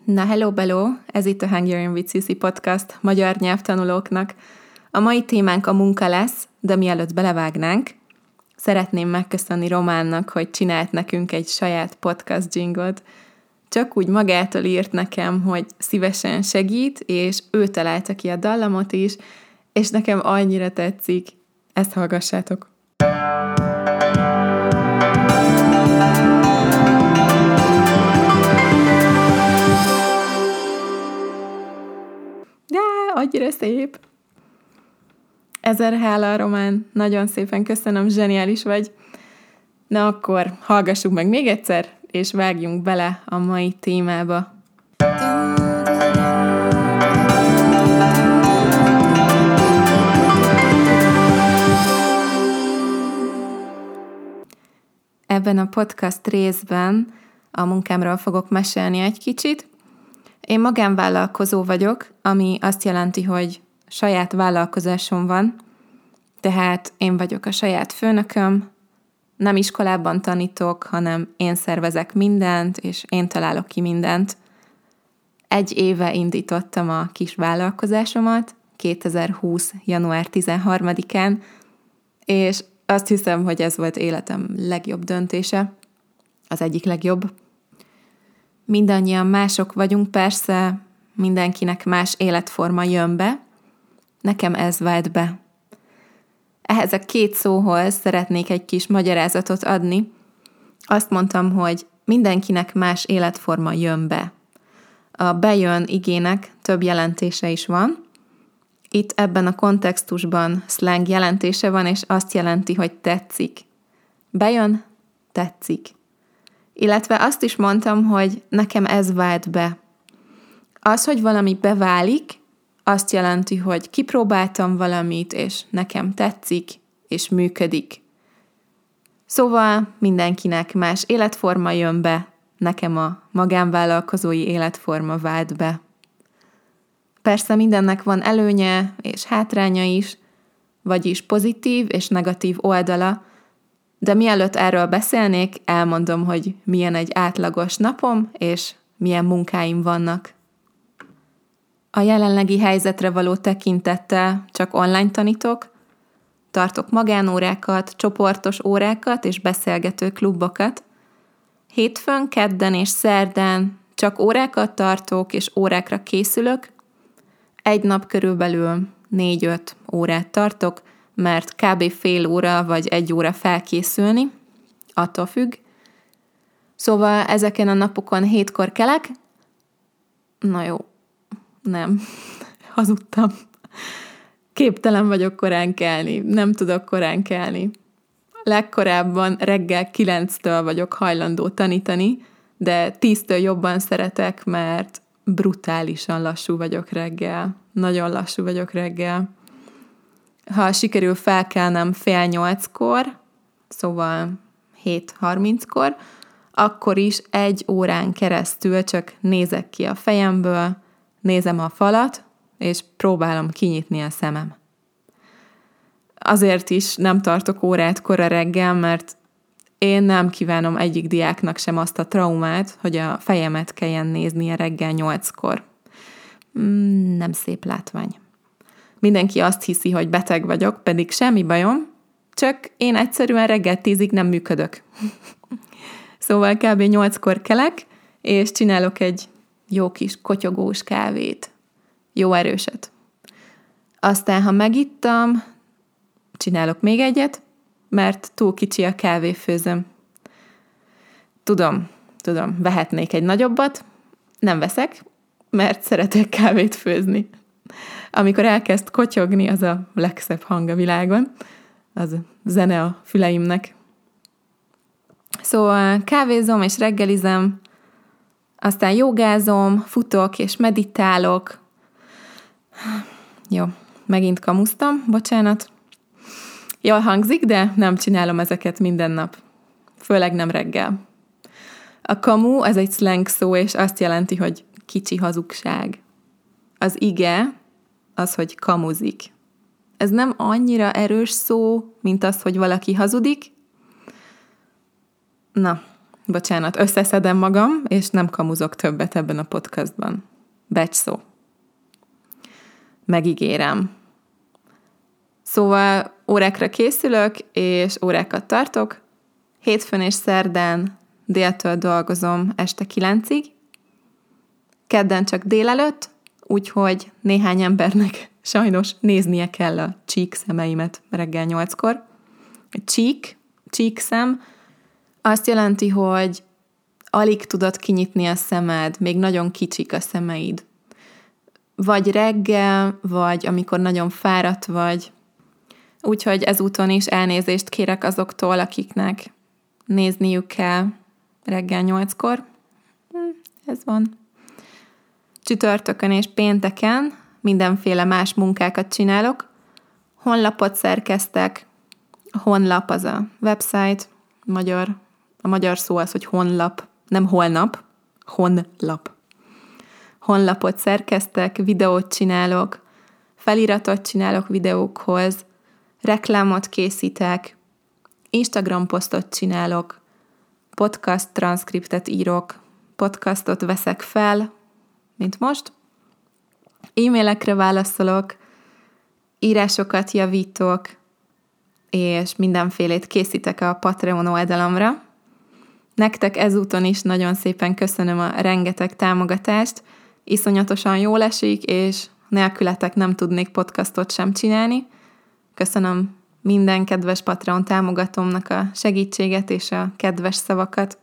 Na, hello, bello! Ez itt a Hungarian with Cici podcast magyar nyelvtanulóknak. A mai témánk a munka lesz, de mielőtt belevágnánk, szeretném megköszönni Románnak, hogy csinált nekünk egy saját podcast jingle-t. Csak úgy magától írt nekem, hogy szívesen segít, és ő találta ki a dallamot is, és nekem annyira tetszik. Ezt hallgassátok! Annyira szép! Ezer hála, Román, nagyon szépen köszönöm, zseniális vagy. Na akkor hallgassuk meg még egyszer, és vágjunk bele a mai témába. Ebben a podcast részben a munkámról fogok mesélni egy kicsit. Én magánvállalkozó vagyok, ami azt jelenti, hogy saját vállalkozásom van, tehát én vagyok a saját főnököm, nem iskolában tanítok, hanem én szervezek mindent, és én találok ki mindent. 1 éve indítottam a kis vállalkozásomat, 2020. január 13-án, és azt hiszem, hogy ez volt életem legjobb döntése, az egyik legjobb. Mindannyian mások vagyunk, persze, mindenkinek más életforma jön be. Nekem ez vált be. Ehhez a 2 szóhoz szeretnék egy kis magyarázatot adni. Azt mondtam, hogy mindenkinek más életforma jön be. A bejön igének több jelentése is van. Itt ebben a kontextusban slang jelentése van, és azt jelenti, hogy tetszik. Bejön, tetszik. Illetve azt is mondtam, hogy nekem ez vált be. Az, hogy valami beválik, azt jelenti, hogy kipróbáltam valamit, és nekem tetszik, és működik. Szóval mindenkinek más életforma jön be, nekem a magánvállalkozói életforma vált be. Persze mindennek van előnye és hátránya is, vagyis pozitív és negatív oldala, de mielőtt erről beszélnék, elmondom, hogy milyen egy átlagos napom, és milyen munkáim vannak. A jelenlegi helyzetre való tekintettel csak online tanítok, tartok magánórákat, csoportos órákat és beszélgető klubokat. Hétfőn, kedden és szerdán csak órákat tartok és órákra készülök. Egy nap körülbelül 4-5 órát tartok, mert kb. Fél óra vagy 1 óra felkészülni, attól függ. Szóval ezeken a napokon 7-kor kelek. Na jó, nem, hazudtam. Képtelen vagyok korán kelni, nem tudok korán kelni. Legkorábban reggel 9-től vagyok hajlandó tanítani, de 10-től jobban szeretek, mert brutálisan lassú vagyok reggel. Nagyon lassú vagyok reggel. Ha sikerül felkelnem 7:30-kor, szóval 7:30-kor, akkor is 1 órán keresztül csak nézek ki a fejemből, nézem a falat, és próbálom kinyitni a szemem. Azért is nem tartok órát kora reggel, mert én nem kívánom egyik diáknak sem azt a traumát, hogy a fejemet kelljen néznie reggel 8-kor. Nem szép látvány. Mindenki azt hiszi, hogy beteg vagyok, pedig semmi bajom, csak én egyszerűen reggel 10-ig nem működök. Szóval kb. 8-kor kelek, és csinálok egy jó kis kotyogós kávét. Jó erőset. Aztán, ha megittam, csinálok még egyet, mert túl kicsi a kávéfőzőm. Tudom, vehetnék egy nagyobbat, nem veszek, mert szeretek kávét főzni. Amikor elkezd kotyogni, az a legszebb hang a világon, az a zene a füleimnek. Szóval kávézom és reggelizem, aztán jogázom, futok és meditálok. Jó, megint kamusztam, bocsánat. Jól hangzik, de nem csinálom ezeket minden nap. Főleg nem reggel. A kamu az egy slang szó, és azt jelenti, hogy kicsi hazugság. Az ige az, hogy kamuzik. Ez nem annyira erős szó, mint az, hogy valaki hazudik. Na, Bocsánat, összeszedem magam, és nem kamuzok többet ebben a podcastban. Becsszó. Megígérem. Szóval órákra készülök, és órákat tartok. Hétfőn és szerdán déltől dolgozom este 9-ig. Kedden csak délelőtt, úgyhogy néhány embernek sajnos néznie kell a csík szemeimet reggel 8-kor. Csík szem azt jelenti, hogy alig tudod kinyitni a szemed, még nagyon kicsik a szemeid. Vagy reggel, vagy amikor nagyon fáradt vagy. Úgyhogy ezúton is elnézést kérek azoktól, akiknek nézniük kell reggel 8-kor. Ez van. Csütörtökön és pénteken mindenféle más munkákat csinálok. Honlapot szerkesztek. A honlap az a website. A magyar szó az, hogy honlap. Nem holnap. Honlap. Honlapot szerkesztek, videót csinálok, feliratot csinálok videókhoz, reklámot készítek, Instagram posztot csinálok, podcast transzkriptet írok, podcastot veszek fel, mint most, e-mailekre válaszolok, írásokat javítok, és mindenfélét készítek a Patreon oldalamra. Nektek ezúton is nagyon szépen köszönöm a rengeteg támogatást, iszonyatosan jól esik, és nélkületek nem tudnék podcastot sem csinálni. Köszönöm minden kedves Patreon támogatómnak a segítséget és a kedves szavakat.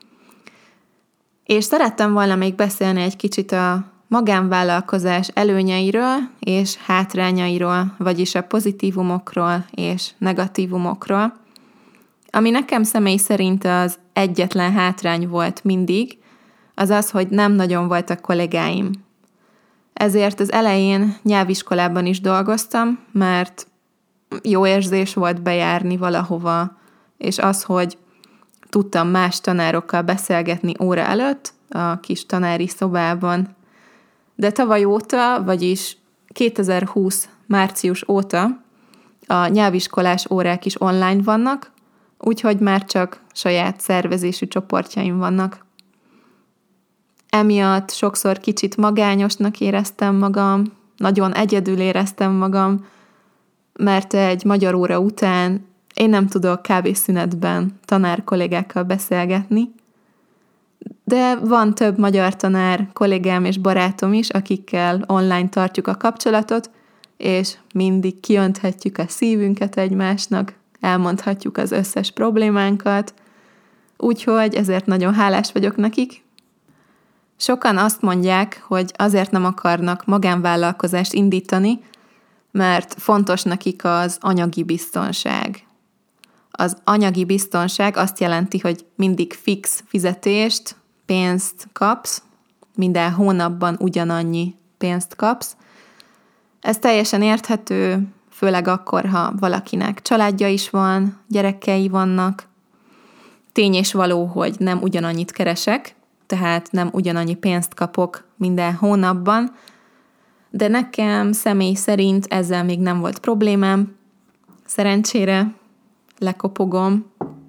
És szerettem volna még beszélni egy kicsit a magánvállalkozás előnyeiről és hátrányairól, vagyis a pozitívumokról és negatívumokról, ami nekem személy szerint az egyetlen hátrány volt mindig, az az, hogy nem nagyon voltak kollégáim. Ezért az elején nyelviskolában is dolgoztam, mert jó érzés volt bejárni valahova, és az, hogy tudtam más tanárokkal beszélgetni óra előtt a kis tanári szobában. De tavaly óta, vagyis 2020 március óta a nyelviskolás órák is online vannak, úgyhogy már csak saját szervezésű csoportjaim vannak. Emiatt sokszor kicsit magányosnak éreztem magam, nagyon egyedül éreztem magam, mert egy magyar óra után én nem tudok kávészünetben tanár kollégákkal beszélgetni, de van több magyar tanár kollégám és barátom is, akikkel online tartjuk a kapcsolatot, és mindig kiönthetjük a szívünket egymásnak, elmondhatjuk az összes problémánkat, úgyhogy ezért nagyon hálás vagyok nekik. Sokan azt mondják, hogy azért nem akarnak magánvállalkozást indítani, mert fontos nekik az anyagi biztonság. Az anyagi biztonság azt jelenti, hogy mindig fix fizetést, pénzt kapsz, minden hónapban ugyanannyi pénzt kapsz. Ez teljesen érthető, főleg akkor, ha valakinek családja is van, gyerekei vannak. Tény és való, hogy nem ugyanannyit keresek, tehát nem ugyanannyi pénzt kapok minden hónapban, de nekem személy szerint ezzel még nem volt problémám. Szerencsére lekopogom.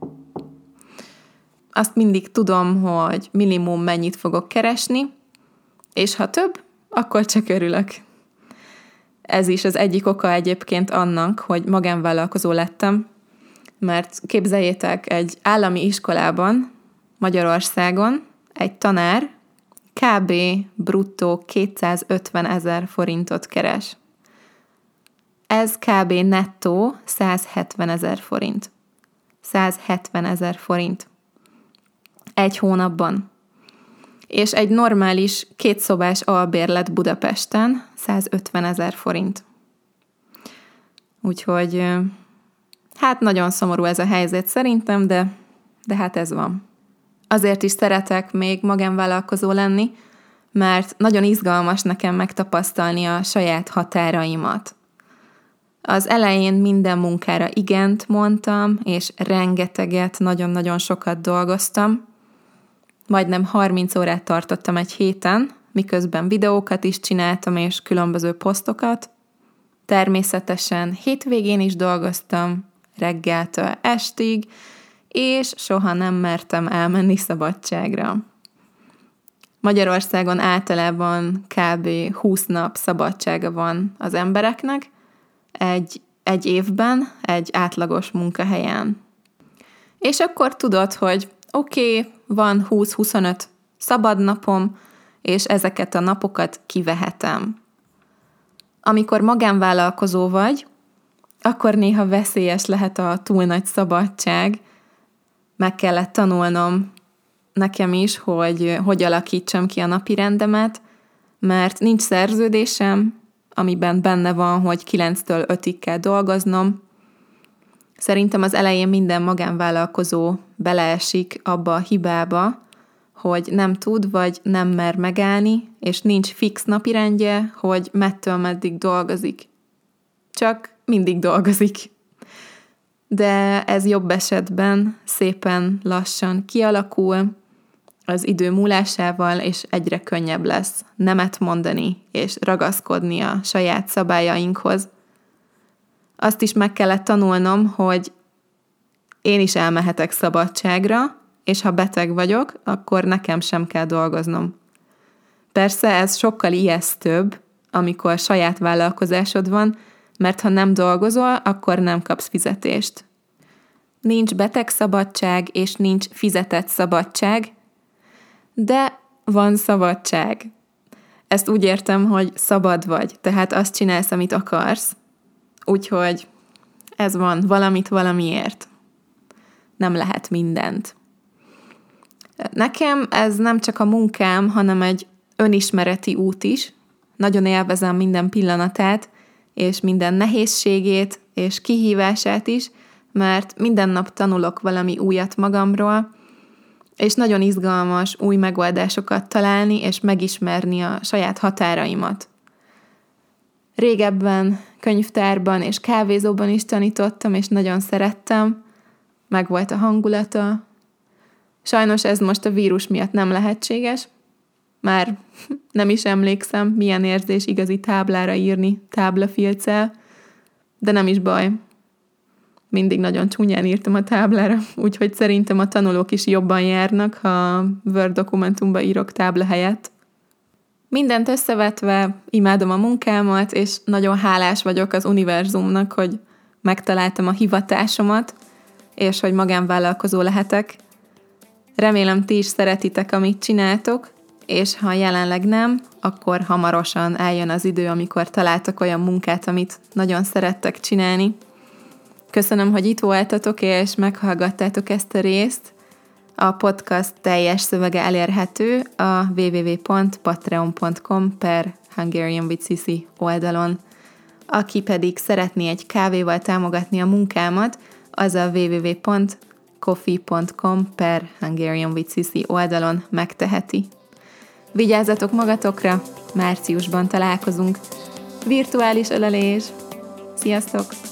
Azt mindig tudom, hogy minimum mennyit fogok keresni, és ha több, akkor csak örülök. Ez is az egyik oka egyébként annak, hogy magánvállalkozó lettem, mert képzeljétek, egy állami iskolában Magyarországon egy tanár kb. Bruttó 250 000 forintot keres. Ez kb. Nettó 170 000 forint. 170 000 forint. Egy hónapban. És egy normális 2 szobás albérlet Budapesten 150 000 forint. Úgyhogy hát nagyon szomorú ez a helyzet szerintem, de hát ez van. Azért is szeretek még magánvállalkozó lenni, mert nagyon izgalmas nekem megtapasztalni a saját határaimat. Az elején minden munkára igent mondtam, és rengeteget, nagyon-nagyon sokat dolgoztam. Majdnem 30 órát tartottam egy héten, miközben videókat is csináltam, és különböző posztokat. Természetesen hétvégén is dolgoztam, reggeltől estig, és soha nem mertem elmenni szabadságra. Magyarországon általában kb. 20 nap szabadsága van az embereknek egy évben, egy átlagos munkahelyen. És akkor tudod, hogy oké, van 20-25 szabad napom, és ezeket a napokat kivehetem. Amikor magánvállalkozó vagy, akkor néha veszélyes lehet a túl nagy szabadság. Meg kellett tanulnom nekem is, hogy alakítsam ki a napirendemet, mert nincs szerződésem, amiben benne van, hogy 9-től 5-ig kell dolgoznom. Szerintem az elején minden magánvállalkozó beleesik abba a hibába, hogy nem tud, vagy nem mer megállni, és nincs fix napirendje, hogy mettől meddig dolgozik. Csak mindig dolgozik. De ez jobb esetben szépen lassan kialakul az idő múlásával, és egyre könnyebb lesz nemet mondani, és ragaszkodni a saját szabályainkhoz. Azt is meg kellett tanulnom, hogy én is elmehetek szabadságra, és ha beteg vagyok, akkor nekem sem kell dolgoznom. Persze ez sokkal ijesztőbb, amikor saját vállalkozásod van, mert ha nem dolgozol, akkor nem kapsz fizetést. Nincs betegszabadság, és nincs fizetett szabadság, de van szabadság. Ezt úgy értem, hogy szabad vagy, tehát azt csinálsz, amit akarsz. Úgyhogy ez van, valamit valamiért. Nem lehet mindent. Nekem ez nem csak a munkám, hanem egy önismereti út is. Nagyon élvezem minden pillanatát, és minden nehézségét, és kihívását is, mert minden nap tanulok valami újat magamról, és nagyon izgalmas új megoldásokat találni, és megismerni a saját határaimat. Régebben könyvtárban és kávézóban is tanítottam, és nagyon szerettem, megvolt a hangulata. Sajnos ez most a vírus miatt nem lehetséges, már nem is emlékszem, milyen érzés igazi táblára írni táblafilccel, de nem is baj. Mindig nagyon csúnyán írtam a táblára, úgyhogy szerintem a tanulók is jobban járnak, ha Word dokumentumba írok tábla helyett. Mindent összevetve imádom a munkámat, és nagyon hálás vagyok az univerzumnak, hogy megtaláltam a hivatásomat, és hogy magánvállalkozó lehetek. Remélem, ti is szeretitek, amit csináltok, és ha jelenleg nem, akkor hamarosan eljön az idő, amikor találtok olyan munkát, amit nagyon szerettek csinálni. Köszönöm, hogy itt voltatok, és meghallgattátok ezt a részt. A podcast teljes szövege elérhető a www.patreon.com/HungarianWithCici oldalon. Aki pedig szeretné egy kávéval támogatni a munkámat, az a www.coffee.com/HungarianWithCici oldalon megteheti. Vigyázzatok magatokra, márciusban találkozunk. Virtuális ölelés! Sziasztok!